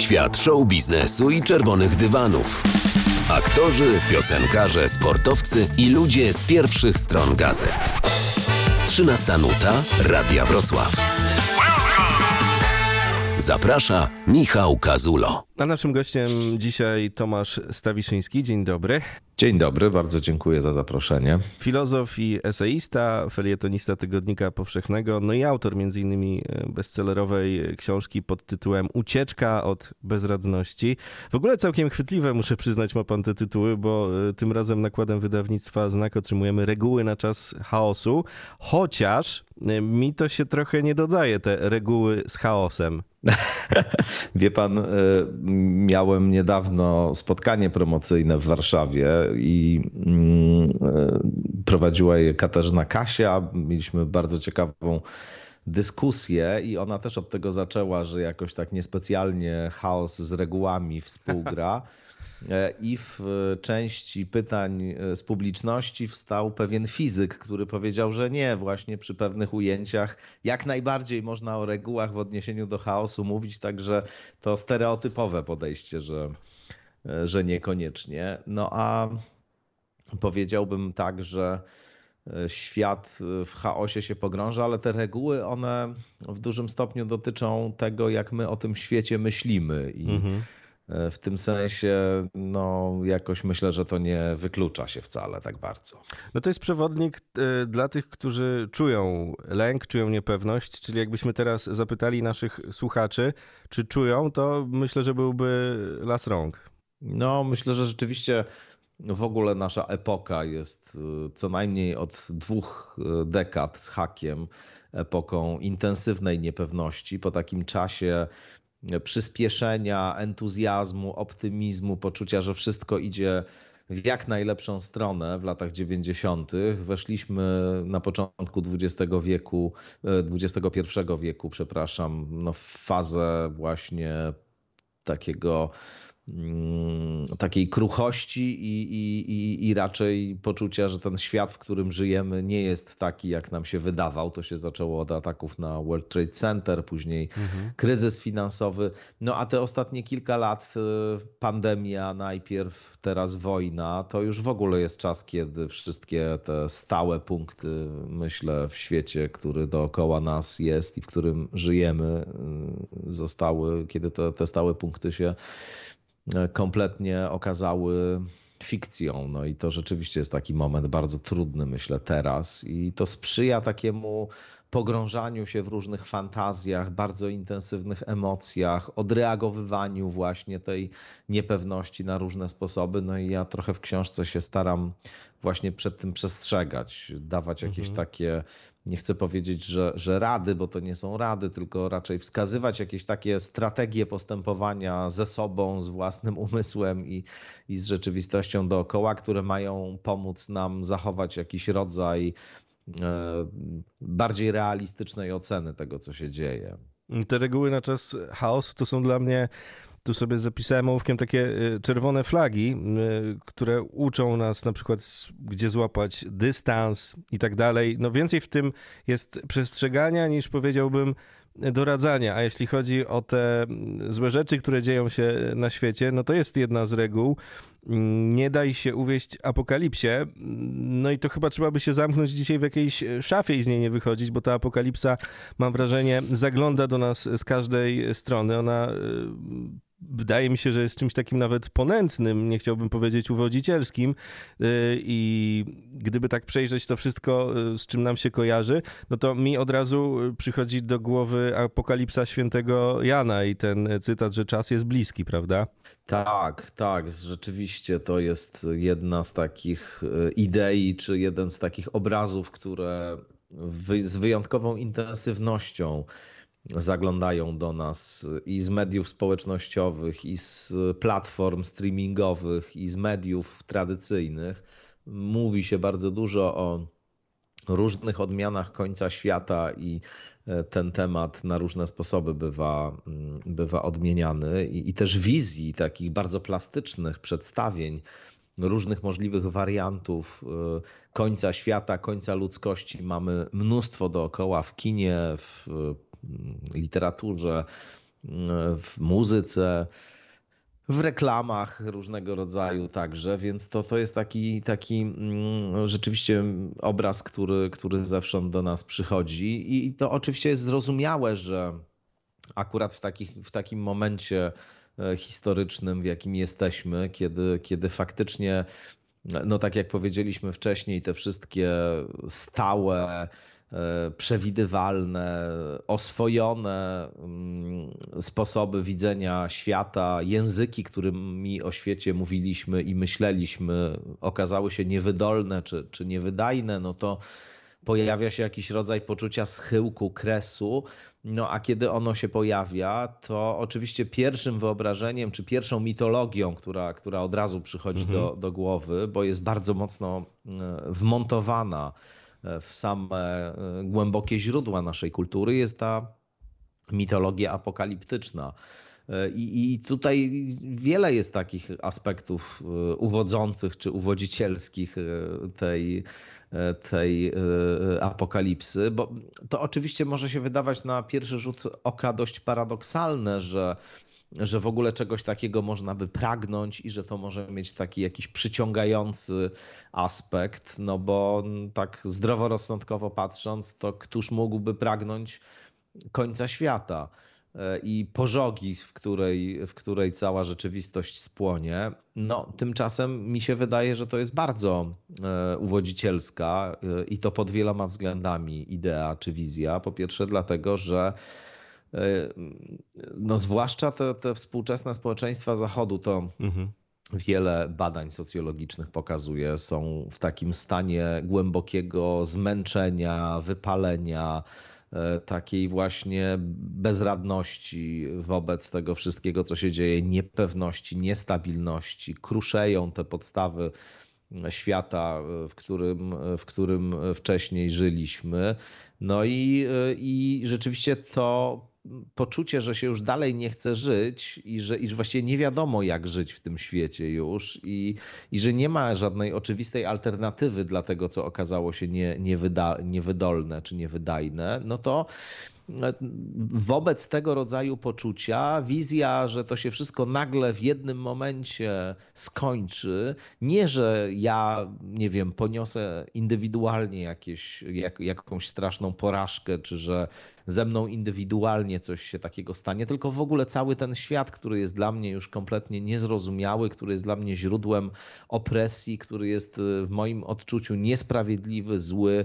Świat show biznesu i czerwonych dywanów. Aktorzy, piosenkarze, sportowcy i ludzie z pierwszych stron gazet. 13 nuta Radia Wrocław. Zaprasza Michał Kazulo. A naszym gościem dzisiaj Tomasz Stawiszyński. Dzień dobry. Dzień dobry, bardzo dziękuję za zaproszenie. Filozof i eseista, felietonista Tygodnika Powszechnego, no i autor m.in. bestsellerowej książki pod tytułem Ucieczka od bezradności. W ogóle całkiem chwytliwe, muszę przyznać, ma pan te tytuły, bo tym razem nakładem wydawnictwa Znak otrzymujemy Reguły na czas chaosu, chociaż mi to się trochę nie dodaje, te reguły z chaosem. Wie pan, miałem niedawno spotkanie promocyjne w Warszawie i prowadziła je Katarzyna Kasia. Mieliśmy bardzo ciekawą dyskusję i ona też od tego zaczęła, że jakoś tak niespecjalnie chaos z regułami współgra. I w części pytań z publiczności wstał pewien fizyk, który powiedział, że nie, właśnie przy pewnych ujęciach jak najbardziej można o regułach w odniesieniu do chaosu mówić, także to stereotypowe podejście, że niekoniecznie. No a powiedziałbym tak, że świat w chaosie się pogrąża, ale te reguły, one w dużym stopniu dotyczą tego, jak my o tym świecie myślimy i w tym sensie, no jakoś myślę, że to nie wyklucza się wcale tak bardzo. No to jest przewodnik dla tych, którzy czują lęk, czują niepewność, czyli jakbyśmy teraz zapytali naszych słuchaczy, czy czują, to myślę, że byłby las rąk. No myślę, że rzeczywiście w ogóle nasza epoka jest co najmniej od 2 dekad z hakiem epoką intensywnej niepewności. Po takim czasie przyspieszenia, entuzjazmu, optymizmu, poczucia, że wszystko idzie w jak najlepszą stronę w latach 90. Weszliśmy na początku XXI wieku, no, w fazę właśnie takiej kruchości i raczej poczucia, że ten świat, w którym żyjemy, nie jest taki, jak nam się wydawał. To się zaczęło od ataków na World Trade Center, później kryzys finansowy. No a te ostatnie kilka lat, pandemia najpierw, teraz wojna, to już w ogóle jest czas, kiedy wszystkie te stałe punkty, myślę, w świecie, który dookoła nas jest i w którym żyjemy, zostały, kiedy te stałe punkty się kompletnie okazały fikcją. No i to rzeczywiście jest taki moment bardzo trudny, myślę, teraz i to sprzyja takiemu pogrążaniu się w różnych fantazjach, bardzo intensywnych emocjach, odreagowywaniu właśnie tej niepewności na różne sposoby. No i ja trochę w książce się staram właśnie przed tym przestrzegać, dawać jakieś takie, nie chcę powiedzieć, że rady, bo to nie są rady, tylko raczej wskazywać jakieś takie strategie postępowania ze sobą, z własnym umysłem i z rzeczywistością dookoła, które mają pomóc nam zachować jakiś rodzaj bardziej realistycznej oceny tego, co się dzieje. Te reguły na czas chaosu to są dla mnie, tu sobie zapisałem ołówkiem, takie czerwone flagi, które uczą nas na przykład, gdzie złapać dystans i tak dalej. No więcej w tym jest przestrzegania niż, powiedziałbym, doradzania. A jeśli chodzi o te złe rzeczy, które dzieją się na świecie, no to jest jedna z reguł. Nie daj się uwieść apokalipsie. No i to chyba trzeba by się zamknąć dzisiaj w jakiejś szafie i z niej nie wychodzić, bo ta apokalipsa, mam wrażenie, zagląda do nas z każdej strony. Ona wydaje mi się, że jest czymś takim nawet ponętnym, nie chciałbym powiedzieć uwodzicielskim i gdyby tak przejrzeć to wszystko, z czym nam się kojarzy, no to mi od razu przychodzi do głowy apokalipsa świętego Jana i ten cytat, że czas jest bliski, prawda? Tak, rzeczywiście to jest jedna z takich idei, czy jeden z takich obrazów, które z wyjątkową intensywnością zaglądają do nas i z mediów społecznościowych, i z platform streamingowych, i z mediów tradycyjnych. Mówi się bardzo dużo o różnych odmianach końca świata i ten temat na różne sposoby bywa odmieniany i też wizji takich bardzo plastycznych przedstawień różnych możliwych wariantów końca świata, końca ludzkości mamy mnóstwo dookoła w kinie, w literaturze, w muzyce, w reklamach różnego rodzaju także, więc to jest taki rzeczywiście obraz, który zewsząd do nas przychodzi i to oczywiście jest zrozumiałe, że akurat w takim momencie historycznym, w jakim jesteśmy, kiedy faktycznie, no tak jak powiedzieliśmy wcześniej, te wszystkie stałe, przewidywalne, oswojone sposoby widzenia świata, języki, którymi o świecie mówiliśmy i myśleliśmy, okazały się niewydolne czy niewydajne, no to pojawia się jakiś rodzaj poczucia schyłku, kresu. No a kiedy ono się pojawia, to oczywiście pierwszym wyobrażeniem czy pierwszą mitologią, która od razu przychodzi do głowy, bo jest bardzo mocno wmontowana w same głębokie źródła naszej kultury, jest ta mitologia apokaliptyczna. I tutaj wiele jest takich aspektów uwodzących czy uwodzicielskich tej apokalipsy, bo to oczywiście może się wydawać na pierwszy rzut oka dość paradoksalne, że w ogóle czegoś takiego można by pragnąć i że to może mieć taki jakiś przyciągający aspekt, no bo tak zdroworozsądkowo patrząc, to któż mógłby pragnąć końca świata i pożogi, w której cała rzeczywistość spłonie. No, tymczasem mi się wydaje, że to jest bardzo uwodzicielska i to pod wieloma względami idea czy wizja. Po pierwsze dlatego, że no zwłaszcza te współczesne społeczeństwa Zachodu to wiele badań socjologicznych pokazuje, są w takim stanie głębokiego zmęczenia, wypalenia, takiej właśnie bezradności wobec tego wszystkiego, co się dzieje, niepewności, niestabilności, kruszeją te podstawy świata, w którym wcześniej żyliśmy. No i rzeczywiście to poczucie, że się już dalej nie chce żyć i że właściwie nie wiadomo, jak żyć w tym świecie już i że nie ma żadnej oczywistej alternatywy dla tego, co okazało się niewydolne czy niewydajne, no to wobec tego rodzaju poczucia wizja, że to się wszystko nagle w jednym momencie skończy, nie że ja, nie wiem, poniosę indywidualnie jakąś straszną porażkę, czy że ze mną indywidualnie coś się takiego stanie, tylko w ogóle cały ten świat, który jest dla mnie już kompletnie niezrozumiały, który jest dla mnie źródłem opresji, który jest w moim odczuciu niesprawiedliwy, zły,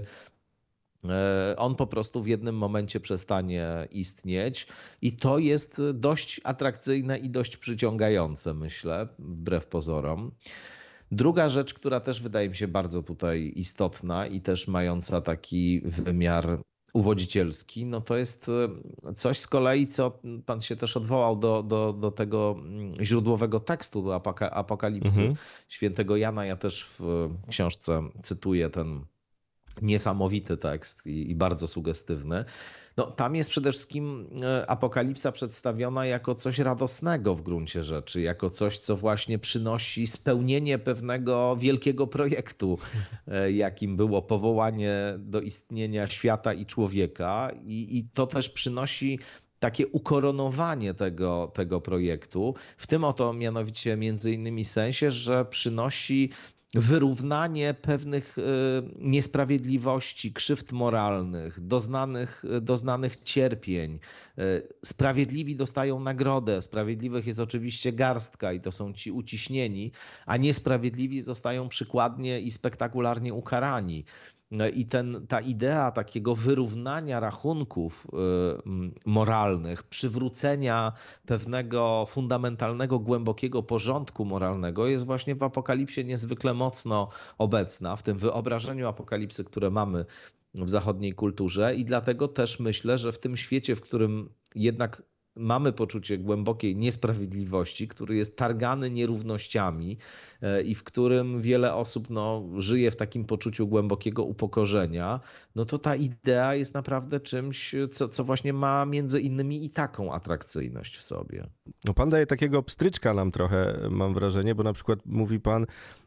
on po prostu w jednym momencie przestanie istnieć i to jest dość atrakcyjne i dość przyciągające, myślę, wbrew pozorom. Druga rzecz, która też wydaje mi się bardzo tutaj istotna i też mająca taki wymiar uwodzicielski, no to jest coś z kolei, co pan się też odwołał do tego źródłowego tekstu, do Apokalipsy świętego Jana. Ja też w książce cytuję ten niesamowity tekst i bardzo sugestywny. No, tam jest przede wszystkim apokalipsa przedstawiona jako coś radosnego w gruncie rzeczy, jako coś, co właśnie przynosi spełnienie pewnego wielkiego projektu, jakim było powołanie do istnienia świata i człowieka. I to też przynosi takie ukoronowanie tego projektu, w tym oto mianowicie między innymi sensie, że przynosi wyrównanie pewnych niesprawiedliwości, krzywd moralnych, doznanych cierpień. Sprawiedliwi dostają nagrodę, sprawiedliwych jest oczywiście garstka i to są ci uciśnieni, a niesprawiedliwi zostają przykładnie i spektakularnie ukarani. I ta idea takiego wyrównania rachunków moralnych, przywrócenia pewnego fundamentalnego, głębokiego porządku moralnego jest właśnie w Apokalipsie niezwykle mocno obecna, w tym wyobrażeniu apokalipsy, które mamy w zachodniej kulturze i dlatego też myślę, że w tym świecie, w którym jednak mamy poczucie głębokiej niesprawiedliwości, który jest targany nierównościami i w którym wiele osób żyje w takim poczuciu głębokiego upokorzenia, no to ta idea jest naprawdę czymś, co właśnie ma między innymi i taką atrakcyjność w sobie. No pan daje takiego pstryczka nam trochę, mam wrażenie, bo na przykład mówi pan,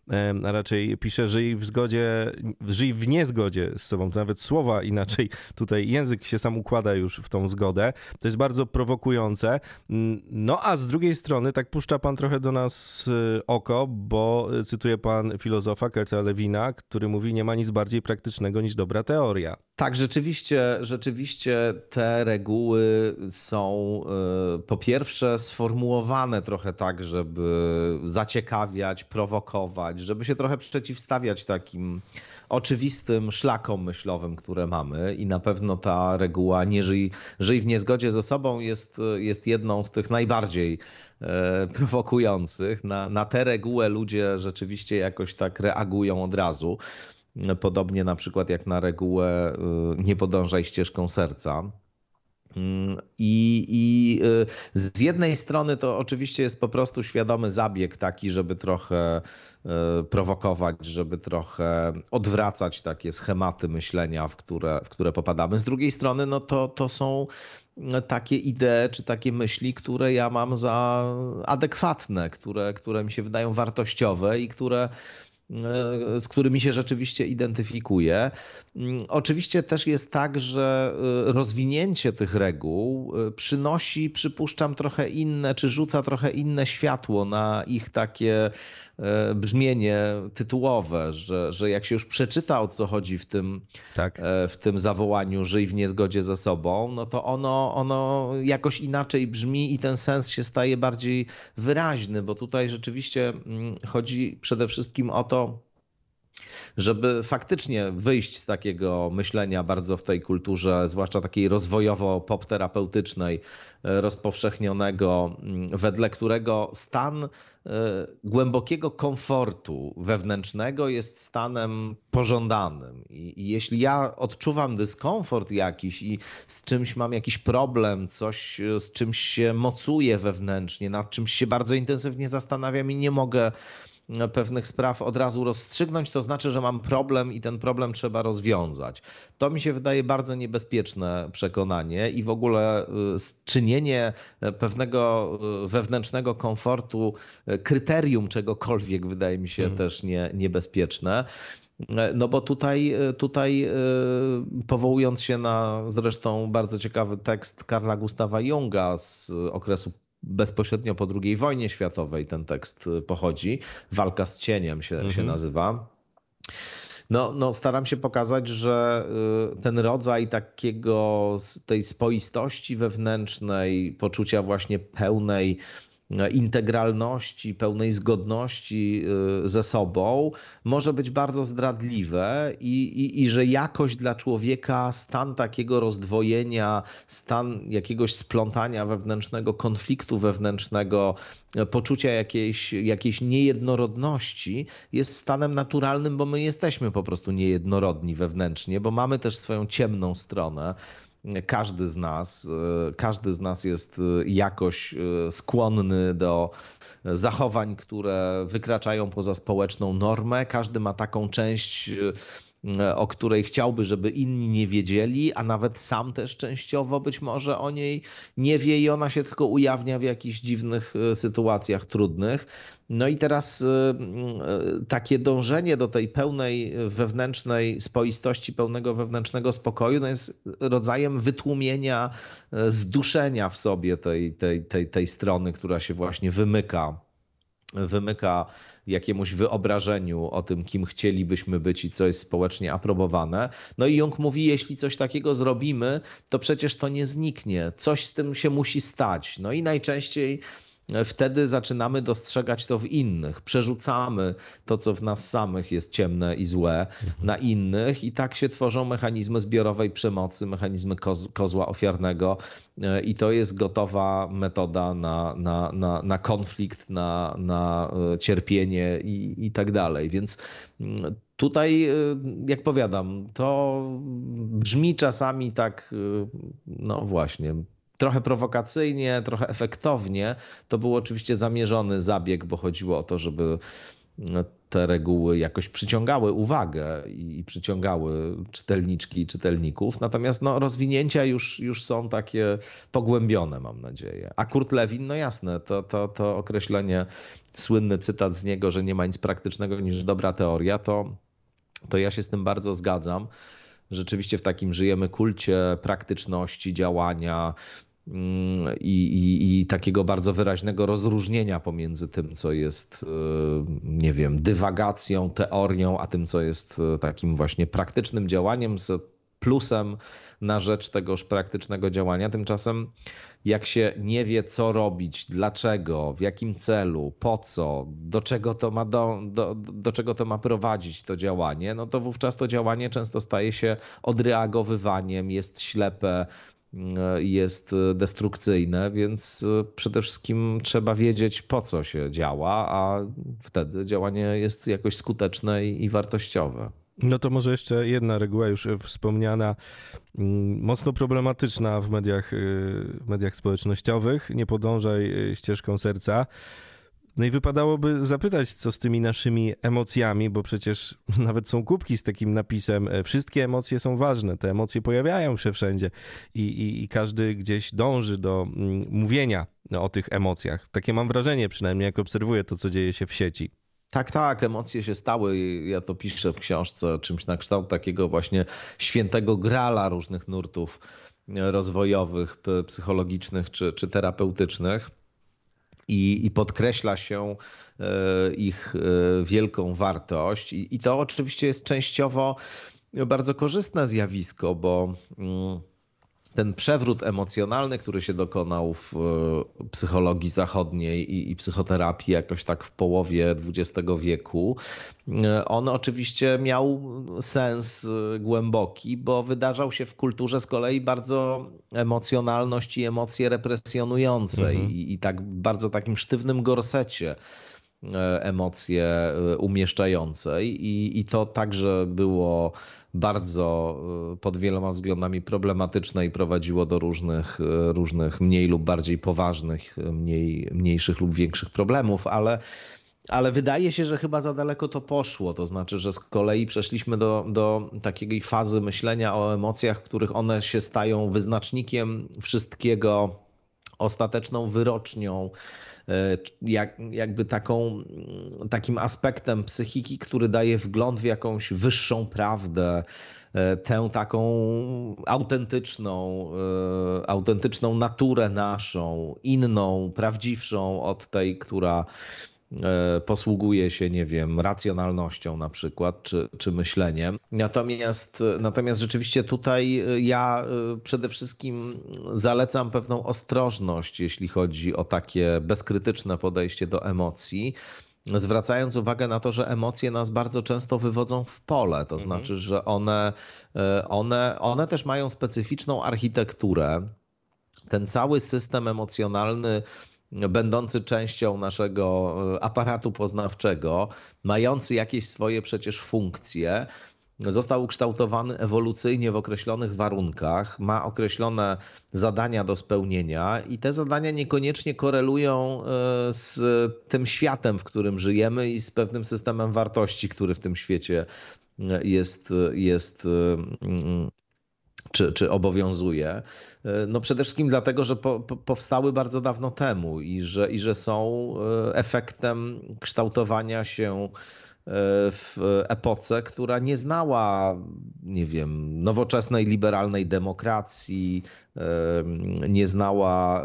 a raczej pisze, żyj w niezgodzie z sobą. To nawet słowa inaczej, tutaj język się sam układa już w tą zgodę. To jest bardzo prowokujące. No a z drugiej strony tak puszcza pan trochę do nas oko, bo cytuje pan filozofa Kurta Lewina, który mówi, nie ma nic bardziej praktycznego niż dobra teoria. Tak, rzeczywiście te reguły są po pierwsze sformułowane trochę tak, żeby zaciekawiać, prowokować, żeby się trochę przeciwstawiać takim oczywistym szlakom myślowym, które mamy i na pewno ta reguła nie żyj w niezgodzie ze sobą jest jedną z tych najbardziej prowokujących. Na tę regułę ludzie rzeczywiście jakoś tak reagują od razu. Podobnie na przykład jak na regułę nie podążaj ścieżką serca. I z jednej strony to oczywiście jest po prostu świadomy zabieg taki, żeby trochę prowokować, żeby trochę odwracać takie schematy myślenia, w które popadamy. Z drugiej strony no to są takie idee czy takie myśli, które ja mam za adekwatne, które mi się wydają wartościowe i z którymi się rzeczywiście identyfikuję. Oczywiście też jest tak, że rozwinięcie tych reguł przynosi, przypuszczam, trochę inne, czy rzuca trochę inne światło na ich takie brzmienie tytułowe, że jak się już przeczyta, o co chodzi w tym zawołaniu żyj w niezgodzie ze sobą, no to ono jakoś inaczej brzmi i ten sens się staje bardziej wyraźny, bo tutaj rzeczywiście chodzi przede wszystkim o to, żeby faktycznie wyjść z takiego myślenia bardzo w tej kulturze, zwłaszcza takiej rozwojowo-pop-terapeutycznej, rozpowszechnionego, wedle którego stan głębokiego komfortu wewnętrznego jest stanem pożądanym. I jeśli ja odczuwam dyskomfort jakiś i z czymś mam jakiś problem, coś z czymś się mocuję wewnętrznie, nad czymś się bardzo intensywnie zastanawiam i nie mogę pewnych spraw od razu rozstrzygnąć, to znaczy, że mam problem i ten problem trzeba rozwiązać. To mi się wydaje bardzo niebezpieczne przekonanie i w ogóle czynienie pewnego wewnętrznego komfortu kryterium czegokolwiek wydaje mi się też niebezpieczne. No bo tutaj powołując się na zresztą bardzo ciekawy tekst Carla Gustava Junga z okresu bezpośrednio po II wojnie światowej ten tekst pochodzi. Walka z cieniem się nazywa. No, staram się pokazać, że ten rodzaj tej spoistości wewnętrznej, poczucia właśnie pełnej integralności, pełnej zgodności ze sobą może być bardzo zdradliwe i że jakoś dla człowieka stan takiego rozdwojenia, stan jakiegoś splątania wewnętrznego, konfliktu wewnętrznego, poczucia jakiejś niejednorodności jest stanem naturalnym, bo my jesteśmy po prostu niejednorodni wewnętrznie, bo mamy też swoją ciemną stronę. Każdy z nas jest jakoś skłonny do zachowań, które wykraczają poza społeczną normę. Każdy ma taką część, o której chciałby, żeby inni nie wiedzieli, a nawet sam też częściowo być może o niej nie wie i ona się tylko ujawnia w jakichś dziwnych sytuacjach trudnych. No i teraz takie dążenie do tej pełnej wewnętrznej spoistości, pełnego wewnętrznego spokoju no jest rodzajem wytłumienia, zduszenia w sobie tej strony, która się właśnie wymyka jakiemuś wyobrażeniu o tym, kim chcielibyśmy być i co jest społecznie aprobowane. No i Jung mówi, jeśli coś takiego zrobimy, to przecież to nie zniknie. Coś z tym się musi stać. No i najczęściej wtedy zaczynamy dostrzegać to w innych. Przerzucamy to, co w nas samych jest ciemne i złe, na innych i tak się tworzą mechanizmy zbiorowej przemocy, mechanizmy kozła ofiarnego i to jest gotowa metoda na konflikt, na cierpienie i tak dalej. Więc tutaj, jak powiadam, to brzmi czasami tak, no właśnie, trochę prowokacyjnie, trochę efektownie. To był oczywiście zamierzony zabieg, bo chodziło o to, żeby te reguły jakoś przyciągały uwagę i przyciągały czytelniczki i czytelników. Natomiast rozwinięcia już są takie pogłębione, mam nadzieję. A Kurt Lewin, no jasne, to określenie, słynny cytat z niego, że nie ma nic praktycznego niż dobra teoria, to ja się z tym bardzo zgadzam. Rzeczywiście w takim żyjemy kulcie praktyczności, działania i takiego bardzo wyraźnego rozróżnienia pomiędzy tym, co jest, nie wiem, dywagacją, teorią, a tym, co jest takim właśnie praktycznym działaniem z plusem na rzecz tegoż praktycznego działania. Tymczasem jak się nie wie, co robić, dlaczego, w jakim celu, po co, do czego to ma, do czego to ma prowadzić to działanie, no to wówczas to działanie często staje się odreagowywaniem, jest ślepe, jest destrukcyjne, więc przede wszystkim trzeba wiedzieć, po co się działa, a wtedy działanie jest jakoś skuteczne i wartościowe. No to może jeszcze jedna reguła już wspomniana, mocno problematyczna w mediach społecznościowych. Nie podążaj ścieżką serca. No i wypadałoby zapytać, co z tymi naszymi emocjami, bo przecież nawet są kubki z takim napisem: wszystkie emocje są ważne, te emocje pojawiają się wszędzie i każdy gdzieś dąży do mówienia o tych emocjach. Takie mam wrażenie przynajmniej, jak obserwuję to, co dzieje się w sieci. Tak, emocje się stały. Ja to piszę w książce, czymś na kształt takiego właśnie świętego grala różnych nurtów rozwojowych, psychologicznych czy terapeutycznych. I podkreśla się ich wielką wartość. I to oczywiście jest częściowo bardzo korzystne zjawisko, bo ten przewrót emocjonalny, który się dokonał w psychologii zachodniej i psychoterapii jakoś tak w połowie XX wieku, on oczywiście miał sens głęboki, bo wydarzał się w kulturze z kolei bardzo emocjonalność i emocje represjonującej i tak bardzo takim sztywnym gorsecie emocje umieszczającej i to także było bardzo pod wieloma względami problematyczne i prowadziło do różnych mniej lub bardziej poważnych, mniejszych lub większych problemów, ale wydaje się, że chyba za daleko to poszło. To znaczy, że z kolei przeszliśmy do takiej fazy myślenia o emocjach, w których one się stają wyznacznikiem wszystkiego, ostateczną wyrocznią, jakby takim aspektem psychiki, który daje wgląd w jakąś wyższą prawdę, tę taką autentyczną naturę naszą, inną, prawdziwszą od tej, która posługuje się, nie wiem, racjonalnością na przykład, czy myśleniem. Natomiast rzeczywiście tutaj ja przede wszystkim zalecam pewną ostrożność, jeśli chodzi o takie bezkrytyczne podejście do emocji, zwracając uwagę na to, że emocje nas bardzo często wywodzą w pole. To znaczy, że one też mają specyficzną architekturę. Ten cały system emocjonalny, będący częścią naszego aparatu poznawczego, mający jakieś swoje przecież funkcje, został ukształtowany ewolucyjnie w określonych warunkach, ma określone zadania do spełnienia i te zadania niekoniecznie korelują z tym światem, w którym żyjemy i z pewnym systemem wartości, który w tym świecie jest czy obowiązuje. No przede wszystkim dlatego, że powstały bardzo dawno temu i że są efektem kształtowania się w epoce, która nie znała, nie wiem, nowoczesnej, liberalnej demokracji, nie znała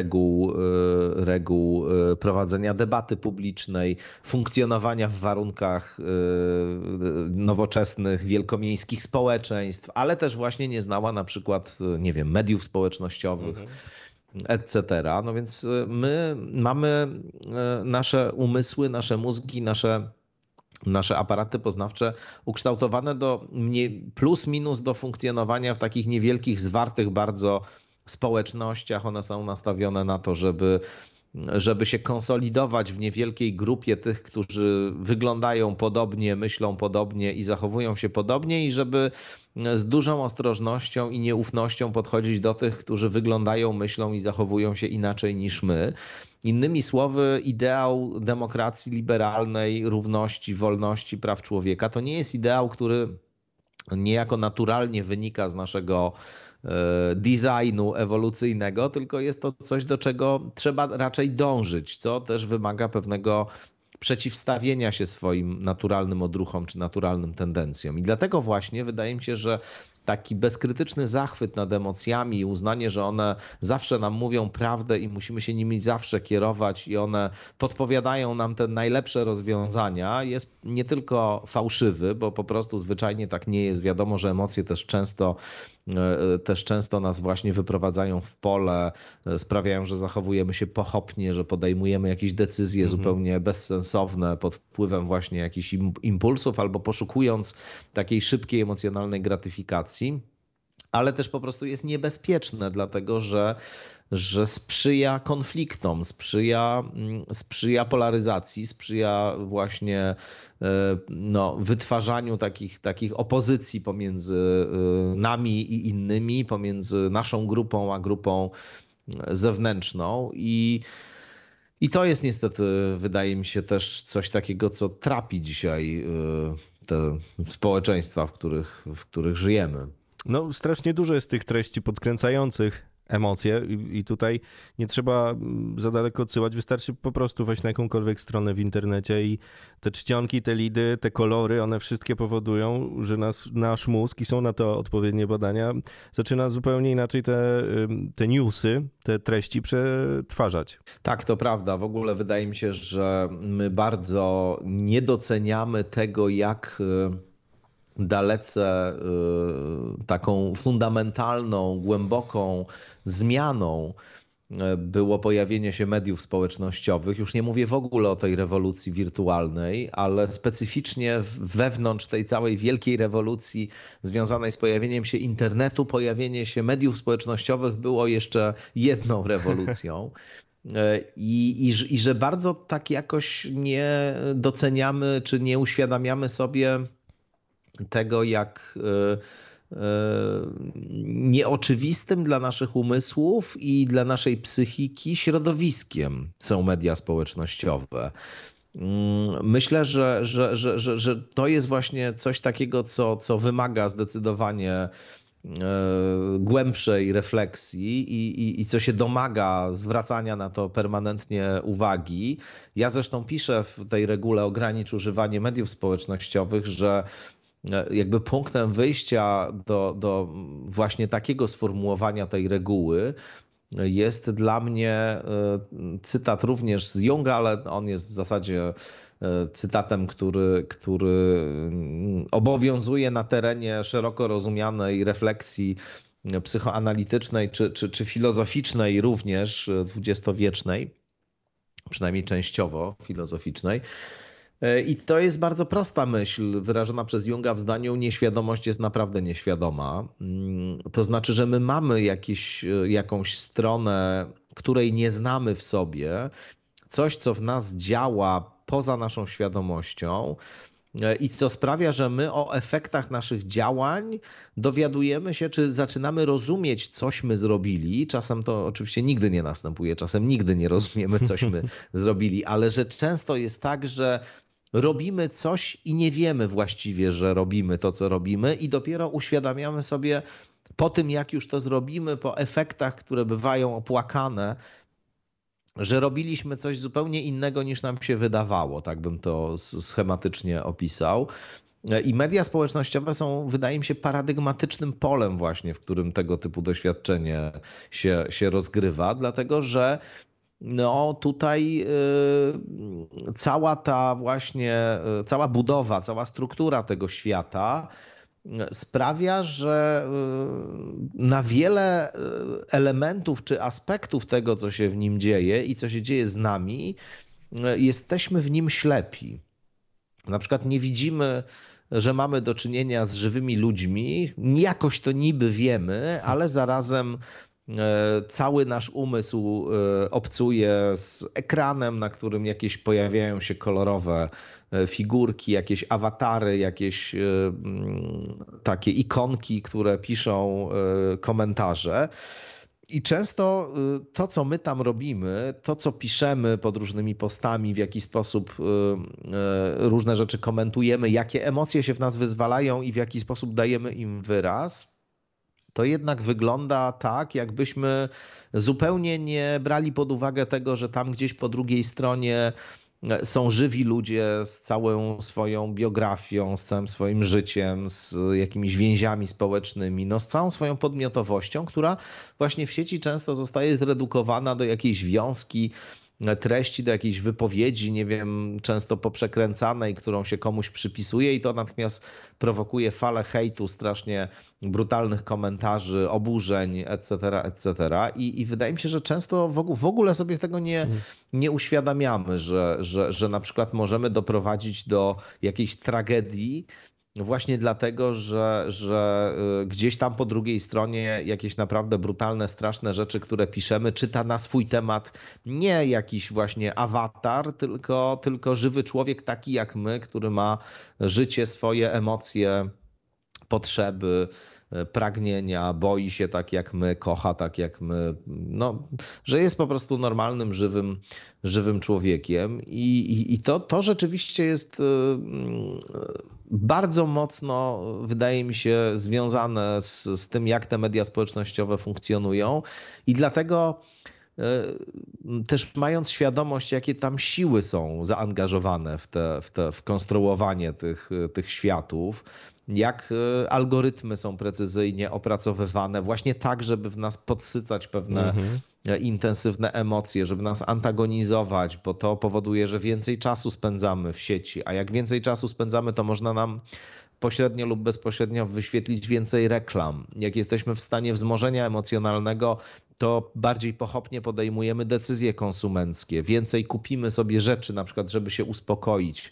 reguł prowadzenia debaty publicznej, funkcjonowania w warunkach nowoczesnych, wielkomiejskich społeczeństw, ale też właśnie nie znała na przykład, nie wiem, mediów społecznościowych, etc. No więc my mamy nasze umysły, nasze mózgi, nasze aparaty poznawcze ukształtowane plus minus do funkcjonowania w takich niewielkich, zwartych bardzo społecznościach. One są nastawione na to, żeby żeby się konsolidować w niewielkiej grupie tych, którzy wyglądają podobnie, myślą podobnie i zachowują się podobnie i żeby z dużą ostrożnością i nieufnością podchodzić do tych, którzy wyglądają, myślą i zachowują się inaczej niż my. Innymi słowy, ideał demokracji liberalnej, równości, wolności, praw człowieka to nie jest ideał, który niejako naturalnie wynika z naszego designu ewolucyjnego, tylko jest to coś, do czego trzeba raczej dążyć, co też wymaga pewnego przeciwstawienia się swoim naturalnym odruchom czy naturalnym tendencjom. I dlatego właśnie wydaje mi się, że taki bezkrytyczny zachwyt nad emocjami i uznanie, że one zawsze nam mówią prawdę i musimy się nimi zawsze kierować i one podpowiadają nam te najlepsze rozwiązania, jest nie tylko fałszywy, bo po prostu zwyczajnie tak nie jest. Wiadomo, że emocje też często nas właśnie wyprowadzają w pole, sprawiają, że zachowujemy się pochopnie, że podejmujemy jakieś decyzje zupełnie bezsensowne pod wpływem właśnie jakichś impulsów albo poszukując takiej szybkiej emocjonalnej gratyfikacji. Ale też po prostu jest niebezpieczne, dlatego że sprzyja konfliktom, sprzyja polaryzacji, sprzyja właśnie wytwarzaniu takich opozycji pomiędzy nami i innymi, pomiędzy naszą grupą a grupą zewnętrzną. I to jest niestety, wydaje mi się, też coś takiego, co trapi dzisiaj te społeczeństwa, w których żyjemy. No, strasznie dużo jest tych treści podkręcających emocje i tutaj nie trzeba za daleko odsyłać, wystarczy po prostu wejść na jakąkolwiek stronę w internecie i te czcionki, te lidy, te kolory, one wszystkie powodują, że nasz mózg, i są na to odpowiednie badania, zaczyna zupełnie inaczej te newsy, te treści przetwarzać. Tak, to prawda. W ogóle wydaje mi się, że my bardzo nie doceniamy tego, jak dalece taką fundamentalną, głęboką zmianą było pojawienie się mediów społecznościowych. Już nie mówię w ogóle o tej rewolucji wirtualnej, ale specyficznie wewnątrz tej całej wielkiej rewolucji związanej z pojawieniem się internetu, pojawienie się mediów społecznościowych było jeszcze jedną rewolucją. I że bardzo tak jakoś nie doceniamy czy nie uświadamiamy sobie tego, jak nieoczywistym dla naszych umysłów i dla naszej psychiki środowiskiem są media społecznościowe. Myślę, że to jest właśnie coś takiego, co wymaga zdecydowanie głębszej refleksji i co się domaga zwracania na to permanentnie uwagi. Ja zresztą piszę w tej regule Ogranicz używanie mediów społecznościowych, że jakby punktem wyjścia do właśnie takiego sformułowania tej reguły jest dla mnie cytat również z Junga, ale on jest w zasadzie cytatem, który obowiązuje na terenie szeroko rozumianej refleksji psychoanalitycznej czy filozoficznej również dwudziestowiecznej, przynajmniej częściowo filozoficznej. I to jest bardzo prosta myśl wyrażona przez Junga w zdaniu: nieświadomość jest naprawdę nieświadoma. To znaczy, że my mamy jakąś stronę, której nie znamy w sobie, coś, co w nas działa poza naszą świadomością i co sprawia, że my o efektach naszych działań dowiadujemy się, czy zaczynamy rozumieć, cośmy zrobili. Czasem to oczywiście nigdy nie następuje, czasem nigdy nie rozumiemy, cośmy zrobili, ale że często jest tak, że robimy coś i nie wiemy właściwie, że robimy to, co robimy, i dopiero uświadamiamy sobie po tym, jak już to zrobimy, po efektach, które bywają opłakane, że robiliśmy coś zupełnie innego, niż nam się wydawało. Tak bym to schematycznie opisał. I media społecznościowe są, wydaje mi się, paradygmatycznym polem właśnie, w którym tego typu doświadczenie się rozgrywa, dlatego że tutaj cała budowa, cała struktura tego świata sprawia, że na wiele elementów czy aspektów tego, co się w nim dzieje i co się dzieje z nami, jesteśmy w nim ślepi. Na przykład nie widzimy, że mamy do czynienia z żywymi ludźmi, jakoś to niby wiemy, ale zarazem Cały nasz umysł obcuje z ekranem, na którym jakieś pojawiają się kolorowe figurki, jakieś awatary, jakieś takie ikonki, które piszą komentarze. I często to, co my tam robimy, to, co piszemy pod różnymi postami, w jaki sposób różne rzeczy komentujemy, jakie emocje się w nas wyzwalają i w jaki sposób dajemy im wyraz, to jednak wygląda tak, jakbyśmy zupełnie nie brali pod uwagę tego, że tam gdzieś po drugiej stronie są żywi ludzie z całą swoją biografią, z całym swoim życiem, z jakimiś więziami społecznymi, no z całą swoją podmiotowością, która właśnie w sieci często zostaje zredukowana do jakiejś wiązki treści, do jakiejś wypowiedzi, nie wiem, często poprzekręcanej, którą się komuś przypisuje i to natychmiast prowokuje falę hejtu, strasznie brutalnych komentarzy, oburzeń, etc., etc. I wydaje mi się, że często w ogóle sobie tego nie uświadamiamy, że na przykład możemy doprowadzić do jakiejś tragedii, właśnie dlatego, że gdzieś tam po drugiej stronie jakieś naprawdę brutalne, straszne rzeczy, które piszemy, czyta na swój temat nie jakiś właśnie awatar, tylko żywy człowiek taki jak my, który ma życie, swoje emocje, potrzeby, pragnienia, boi się tak jak my, kocha tak jak my, no, że jest po prostu normalnym, żywym człowiekiem i to rzeczywiście jest bardzo mocno, wydaje mi się, związane z tym, jak te media społecznościowe funkcjonują i dlatego też mając świadomość, jakie tam siły są zaangażowane w konstruowanie tych światów, jak algorytmy są precyzyjnie opracowywane właśnie tak, żeby w nas podsycać pewne intensywne emocje, żeby nas antagonizować, bo to powoduje, że więcej czasu spędzamy w sieci, a jak więcej czasu spędzamy, to można nam pośrednio lub bezpośrednio wyświetlić więcej reklam. Jak jesteśmy w stanie wzmożenia emocjonalnego, to bardziej pochopnie podejmujemy decyzje konsumenckie, więcej kupimy sobie rzeczy, na przykład, żeby się uspokoić.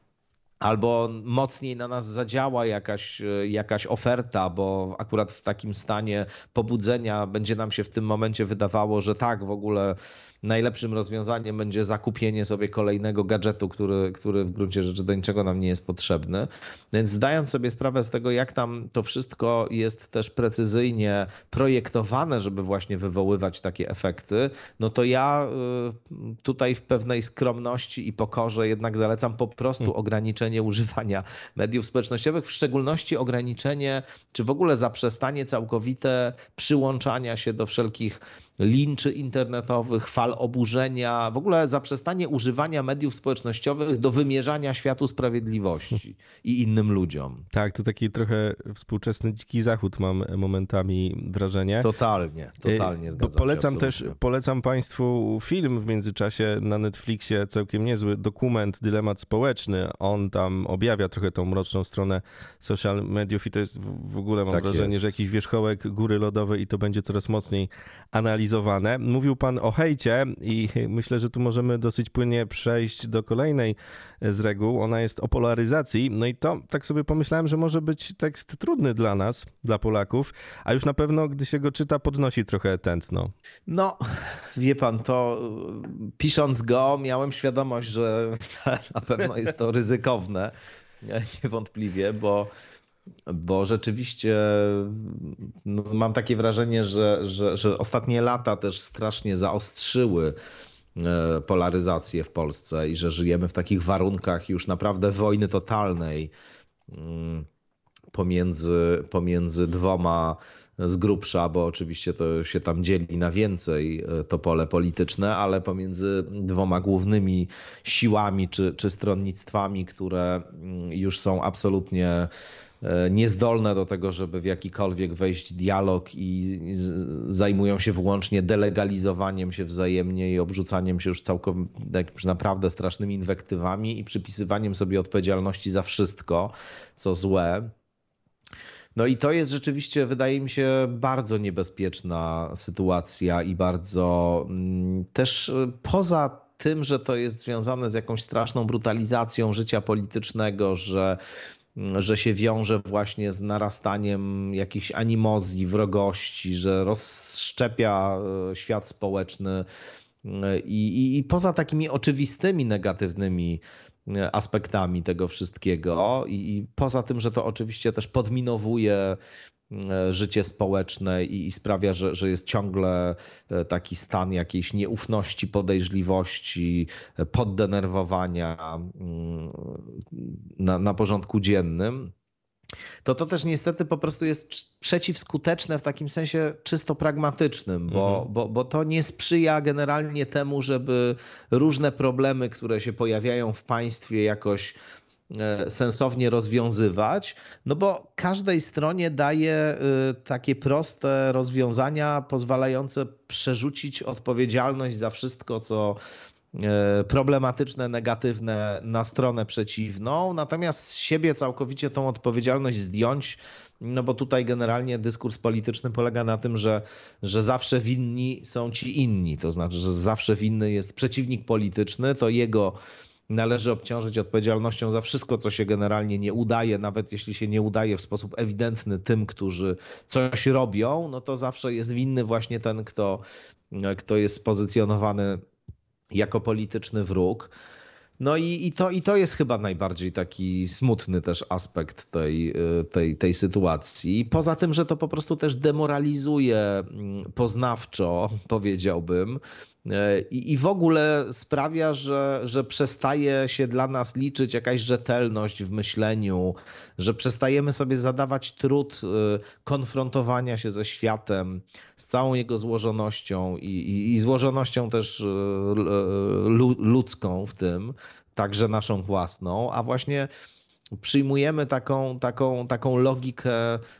Albo mocniej na nas zadziała jakaś oferta, bo akurat w takim stanie pobudzenia będzie nam się w tym momencie wydawało, że tak, w ogóle najlepszym rozwiązaniem będzie zakupienie sobie kolejnego gadżetu, który w gruncie rzeczy do niczego nam nie jest potrzebny. Więc zdając sobie sprawę z tego, jak tam to wszystko jest też precyzyjnie projektowane, żeby właśnie wywoływać takie efekty, no to ja tutaj w pewnej skromności i pokorze jednak zalecam po prostu ograniczenie używania mediów społecznościowych, w szczególności ograniczenie, czy w ogóle zaprzestanie całkowite przyłączania się do wszelkich linczy internetowych, fal oburzenia, w ogóle zaprzestanie używania mediów społecznościowych do wymierzania światu sprawiedliwości i innym ludziom. Tak, to taki trochę współczesny dziki zachód mam momentami wrażenie. Totalnie zgadzam się. Polecam Państwu film w międzyczasie na Netflixie, całkiem niezły dokument Dylemat społeczny. On tam objawia trochę tą mroczną stronę social mediów i to jest w ogóle mam wrażenie, że jakiś wierzchołek góry lodowej i to będzie coraz mocniej analizowane. Mówił pan o hejcie i myślę, że tu możemy dosyć płynnie przejść do kolejnej z reguł. Ona jest o polaryzacji. No i to tak sobie pomyślałem, że może być tekst trudny dla nas, dla Polaków, a już na pewno, gdy się go czyta, podnosi trochę tętno. No, wie pan, to pisząc go miałem świadomość, że na pewno jest to ryzykowne, niewątpliwie, bo rzeczywiście no, mam takie wrażenie, że ostatnie lata też strasznie zaostrzyły polaryzację w Polsce i że żyjemy w takich warunkach już naprawdę wojny totalnej pomiędzy dwoma z grubsza, bo oczywiście to się tam dzieli na więcej to pole polityczne, ale pomiędzy dwoma głównymi siłami czy stronnictwami, które już są absolutnie niezdolne do tego, żeby w jakikolwiek wejść dialog i zajmują się wyłącznie delegalizowaniem się wzajemnie i obrzucaniem się już jakimiś naprawdę strasznymi inwektywami i przypisywaniem sobie odpowiedzialności za wszystko, co złe. No i to jest rzeczywiście, wydaje mi się, bardzo niebezpieczna sytuacja i bardzo też poza tym, że to jest związane z jakąś straszną brutalizacją życia politycznego, że że się wiąże właśnie z narastaniem jakichś animozji, wrogości, że rozszczepia świat społeczny i poza takimi oczywistymi negatywnymi aspektami tego wszystkiego i poza tym, że to oczywiście też podminowuje życie społeczne i sprawia, że jest ciągle taki stan jakiejś nieufności, podejrzliwości, poddenerwowania na porządku dziennym, to też niestety po prostu jest przeciwskuteczne w takim sensie czysto pragmatycznym, bo to nie sprzyja generalnie temu, żeby różne problemy, które się pojawiają w państwie, jakoś sensownie rozwiązywać, no bo każdej stronie daje takie proste rozwiązania pozwalające przerzucić odpowiedzialność za wszystko, co problematyczne, negatywne na stronę przeciwną, natomiast z siebie całkowicie tą odpowiedzialność zdjąć, no bo tutaj generalnie dyskurs polityczny polega na tym, że zawsze winni są ci inni, to znaczy, że zawsze winny jest przeciwnik polityczny, to jego należy obciążyć odpowiedzialnością za wszystko, co się generalnie nie udaje, nawet jeśli się nie udaje w sposób ewidentny tym, którzy coś robią, no to zawsze jest winny właśnie ten, kto jest spozycjonowany jako polityczny wróg. No i to jest chyba najbardziej taki smutny też aspekt tej sytuacji. Poza tym, że to po prostu też demoralizuje poznawczo, powiedziałbym, i w ogóle sprawia, że przestaje się dla nas liczyć jakaś rzetelność w myśleniu, że przestajemy sobie zadawać trud konfrontowania się ze światem, z całą jego złożonością i złożonością też ludzką w tym, także naszą własną, a właśnie przyjmujemy taką logikę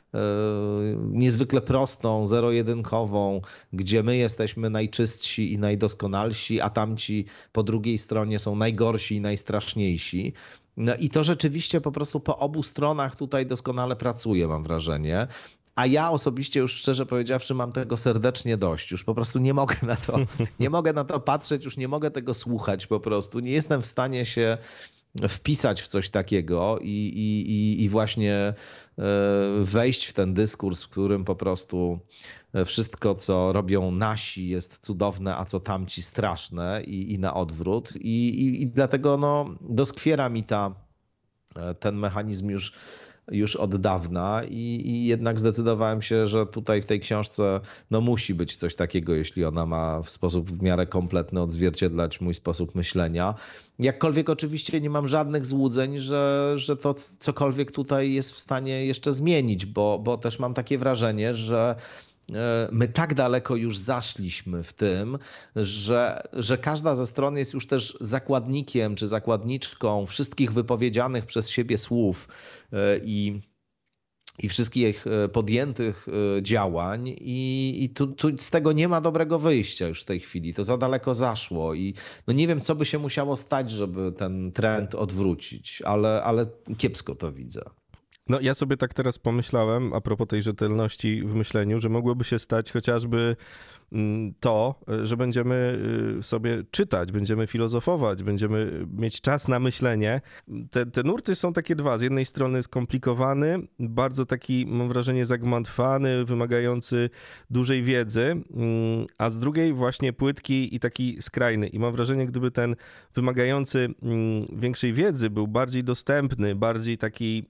niezwykle prostą, zero-jedynkową, gdzie my jesteśmy najczystsi i najdoskonalsi, a tamci po drugiej stronie są najgorsi i najstraszniejsi. No i to rzeczywiście po prostu po obu stronach tutaj doskonale pracuje, mam wrażenie. A ja osobiście już szczerze powiedziawszy mam tego serdecznie dość. Już po prostu nie mogę na to patrzeć, już nie mogę tego słuchać po prostu. Nie jestem w stanie się wpisać w coś takiego i właśnie wejść w ten dyskurs, w którym po prostu wszystko, co robią nasi, jest cudowne, a co tamci straszne i na odwrót. I dlatego doskwiera mi ten mechanizm już od dawna i jednak zdecydowałem się, że tutaj w tej książce musi być coś takiego, jeśli ona ma w sposób w miarę kompletny odzwierciedlać mój sposób myślenia. Jakkolwiek oczywiście nie mam żadnych złudzeń, że to cokolwiek tutaj jest w stanie jeszcze zmienić, bo też mam takie wrażenie, że my tak daleko już zaszliśmy w tym, że każda ze stron jest już też zakładnikiem czy zakładniczką wszystkich wypowiedzianych przez siebie słów i wszystkich podjętych działań i tu z tego nie ma dobrego wyjścia już w tej chwili. To za daleko zaszło i nie wiem, co by się musiało stać, żeby ten trend odwrócić, ale kiepsko to widzę. No ja sobie tak teraz pomyślałem a propos tej rzetelności w myśleniu, że mogłoby się stać chociażby to, że będziemy sobie czytać, będziemy filozofować, będziemy mieć czas na myślenie. Te nurty są takie dwa. Z jednej strony skomplikowany, bardzo taki, mam wrażenie, zagmatwany, wymagający dużej wiedzy, a z drugiej właśnie płytki i taki skrajny. I mam wrażenie, gdyby ten wymagający większej wiedzy był bardziej dostępny, bardziej taki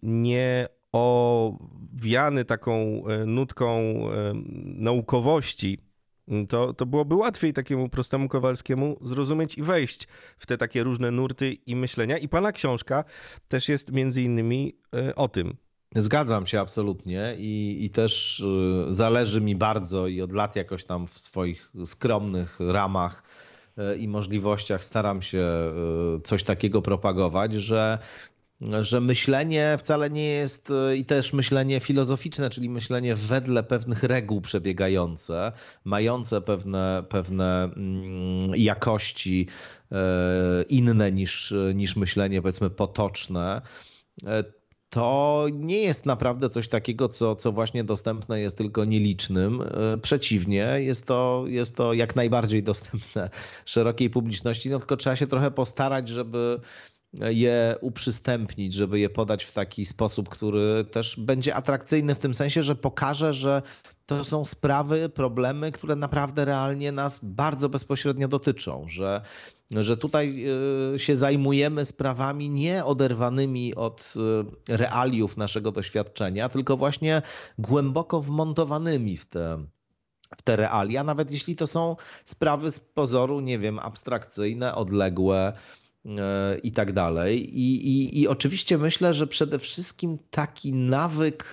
owiany taką nutką naukowości, to byłoby łatwiej takiemu prostemu Kowalskiemu zrozumieć i wejść w te takie różne nurty i myślenia. I pana książka też jest między innymi o tym. Zgadzam się absolutnie i też zależy mi bardzo i od lat jakoś tam w swoich skromnych ramach i możliwościach staram się coś takiego propagować, że myślenie wcale nie jest i też myślenie filozoficzne, czyli myślenie wedle pewnych reguł przebiegające, mające pewne jakości inne niż myślenie powiedzmy potoczne. To nie jest naprawdę coś takiego, co właśnie dostępne jest tylko nielicznym. Przeciwnie, jest to jak najbardziej dostępne szerokiej publiczności, no tylko trzeba się trochę postarać, żeby je uprzystępnić, żeby je podać w taki sposób, który też będzie atrakcyjny w tym sensie, że pokaże, że to są sprawy, problemy, które naprawdę realnie nas bardzo bezpośrednio dotyczą, że tutaj się zajmujemy sprawami nie oderwanymi od realiów naszego doświadczenia, tylko właśnie głęboko wmontowanymi w te realia, nawet jeśli to są sprawy z pozoru, nie wiem, abstrakcyjne, odległe i tak dalej. I oczywiście myślę, że przede wszystkim taki nawyk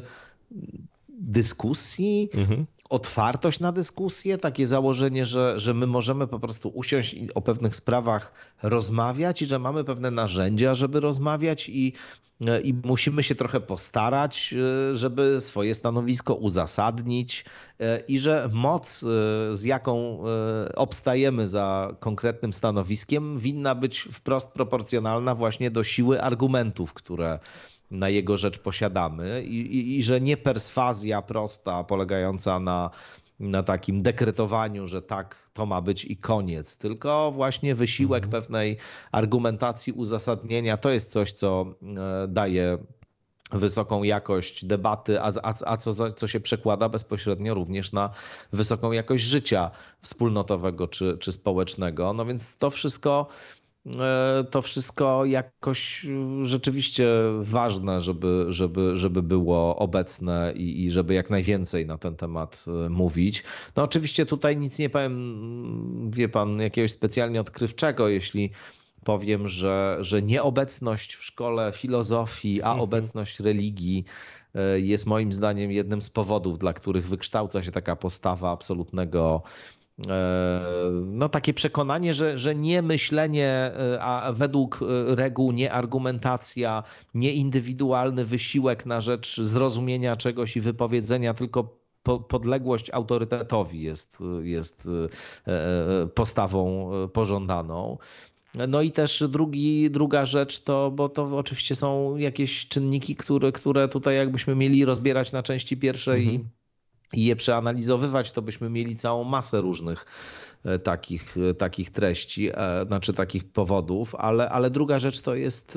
dyskusji, otwartość na dyskusję, takie założenie, że my możemy po prostu usiąść i o pewnych sprawach rozmawiać i że mamy pewne narzędzia, żeby rozmawiać i musimy się trochę postarać, żeby swoje stanowisko uzasadnić i że moc, z jaką obstajemy za konkretnym stanowiskiem, winna być wprost proporcjonalna właśnie do siły argumentów, które na jego rzecz posiadamy i że nie perswazja prosta polegająca na takim dekretowaniu, że tak to ma być i koniec, tylko właśnie wysiłek pewnej argumentacji, uzasadnienia. To jest coś, co daje wysoką jakość debaty, co się przekłada bezpośrednio również na wysoką jakość życia wspólnotowego czy społecznego. No więc to wszystko jakoś rzeczywiście ważne, żeby było obecne i żeby jak najwięcej na ten temat mówić. No oczywiście tutaj nic nie powiem, wie pan, jakiegoś specjalnie odkrywczego, jeśli powiem, że nieobecność w szkole filozofii, a obecność religii jest moim zdaniem jednym z powodów, dla których wykształca się taka postawa absolutnego, no takie przekonanie, że nie myślenie, a według reguł nie argumentacja, nie indywidualny wysiłek na rzecz zrozumienia czegoś i wypowiedzenia, tylko podległość autorytetowi jest postawą pożądaną. No i też druga rzecz bo to oczywiście są jakieś czynniki, które tutaj jakbyśmy mieli rozbierać na części pierwsze i je przeanalizowywać, to byśmy mieli całą masę różnych takich treści, znaczy takich powodów, ale druga rzecz to jest,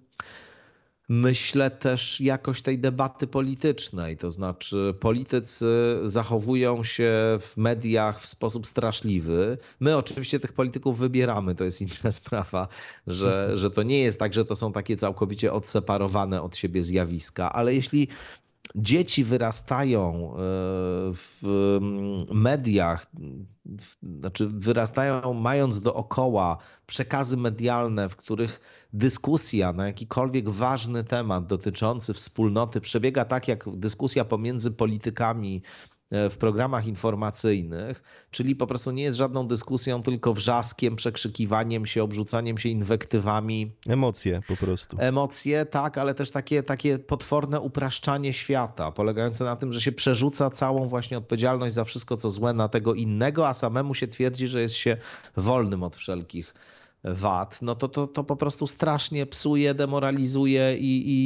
myślę, też jakość tej debaty politycznej, to znaczy politycy zachowują się w mediach w sposób straszliwy. My oczywiście tych polityków wybieramy, to jest inna sprawa, że to nie jest tak, że to są takie całkowicie odseparowane od siebie zjawiska, ale jeśli dzieci wyrastają w mediach, znaczy wyrastają mając dookoła przekazy medialne, w których dyskusja na jakikolwiek ważny temat dotyczący wspólnoty przebiega tak jak dyskusja pomiędzy politykami w programach informacyjnych, czyli po prostu nie jest żadną dyskusją, tylko wrzaskiem, przekrzykiwaniem się, obrzucaniem się inwektywami. Emocje po prostu. Emocje, tak, ale też takie potworne upraszczanie świata, polegające na tym, że się przerzuca całą właśnie odpowiedzialność za wszystko, co złe na tego innego, a samemu się twierdzi, że jest się wolnym od wszelkich wad. No to po prostu strasznie psuje, demoralizuje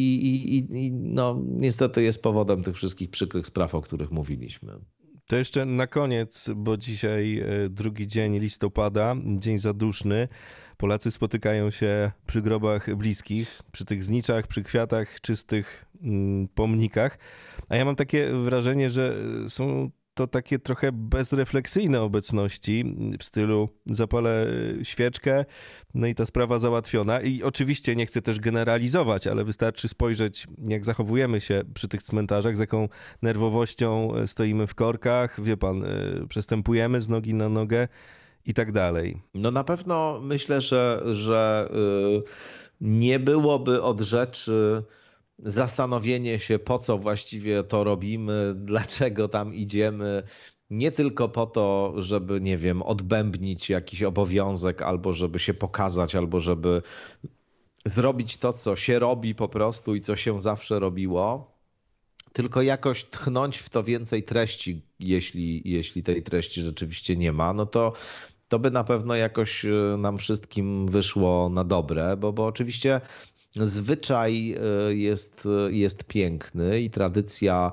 i no niestety jest powodem tych wszystkich przykrych spraw, o których mówiliśmy. To jeszcze na koniec, bo dzisiaj drugi dzień listopada, dzień zaduszny. Polacy spotykają się przy grobach bliskich, przy tych zniczach, przy kwiatach, czystych pomnikach. A ja mam takie wrażenie, że są to takie trochę bezrefleksyjne obecności w stylu zapalę świeczkę, no i ta sprawa załatwiona. I oczywiście nie chcę też generalizować, ale wystarczy spojrzeć, jak zachowujemy się przy tych cmentarzach, z jaką nerwowością stoimy w korkach, wie pan, przestępujemy z nogi na nogę i tak dalej. No na pewno myślę, że nie byłoby od rzeczy zastanowienie się, po co właściwie to robimy, dlaczego tam idziemy. Nie tylko po to, żeby, nie wiem, odbębnić jakiś obowiązek, albo żeby się pokazać, albo żeby zrobić to, co się robi po prostu i co się zawsze robiło, tylko jakoś tchnąć w to więcej treści, jeśli tej treści rzeczywiście nie ma, no to by na pewno jakoś nam wszystkim wyszło na dobre, bo oczywiście zwyczaj jest piękny i tradycja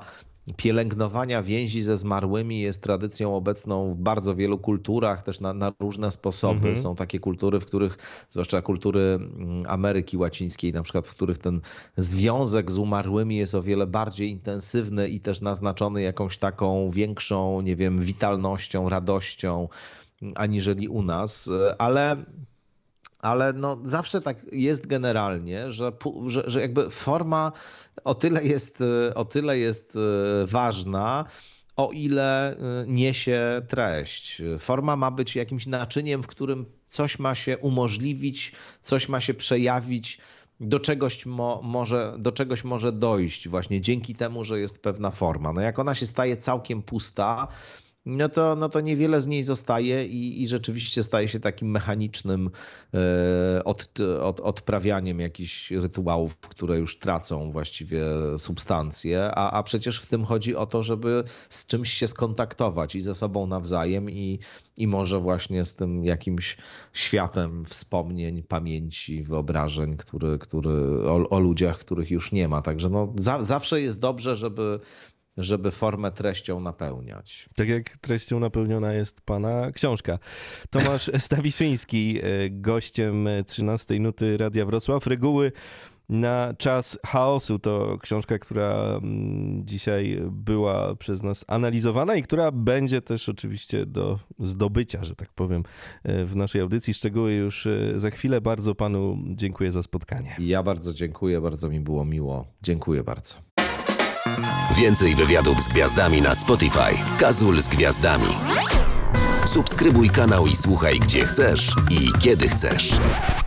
pielęgnowania więzi ze zmarłymi jest tradycją obecną w bardzo wielu kulturach, też na różne sposoby. Są takie kultury, w których, zwłaszcza kultury Ameryki Łacińskiej, na przykład, w których ten związek z umarłymi jest o wiele bardziej intensywny i też naznaczony jakąś taką większą, nie wiem, witalnością, radością, aniżeli u nas, ale no zawsze tak jest generalnie, że jakby forma o tyle jest ważna, o ile niesie treść. Forma ma być jakimś naczyniem, w którym coś ma się umożliwić, coś ma się przejawić, do czegoś może dojść właśnie dzięki temu, że jest pewna forma. No jak ona się staje całkiem pusta, no to niewiele z niej zostaje i rzeczywiście staje się takim mechanicznym odprawianiem jakichś rytuałów, które już tracą właściwie substancję, a przecież w tym chodzi o to, żeby z czymś się skontaktować i ze sobą nawzajem i może właśnie z tym jakimś światem wspomnień, pamięci, wyobrażeń, o ludziach, których już nie ma. Także no, zawsze jest dobrze, żeby formę treścią napełniać. Tak jak treścią napełniona jest pana książka. Tomasz Stawiszyński, gościem 13 Nuty Radia Wrocław. Reguły na czas chaosu to książka, która dzisiaj była przez nas analizowana i która będzie też oczywiście do zdobycia, że tak powiem, w naszej audycji. Szczegóły już za chwilę. Bardzo panu dziękuję za spotkanie. Ja bardzo dziękuję, bardzo mi było miło. Dziękuję bardzo. Więcej wywiadów z gwiazdami na Spotify. Kazul z gwiazdami. Subskrybuj kanał i słuchaj gdzie chcesz i kiedy chcesz.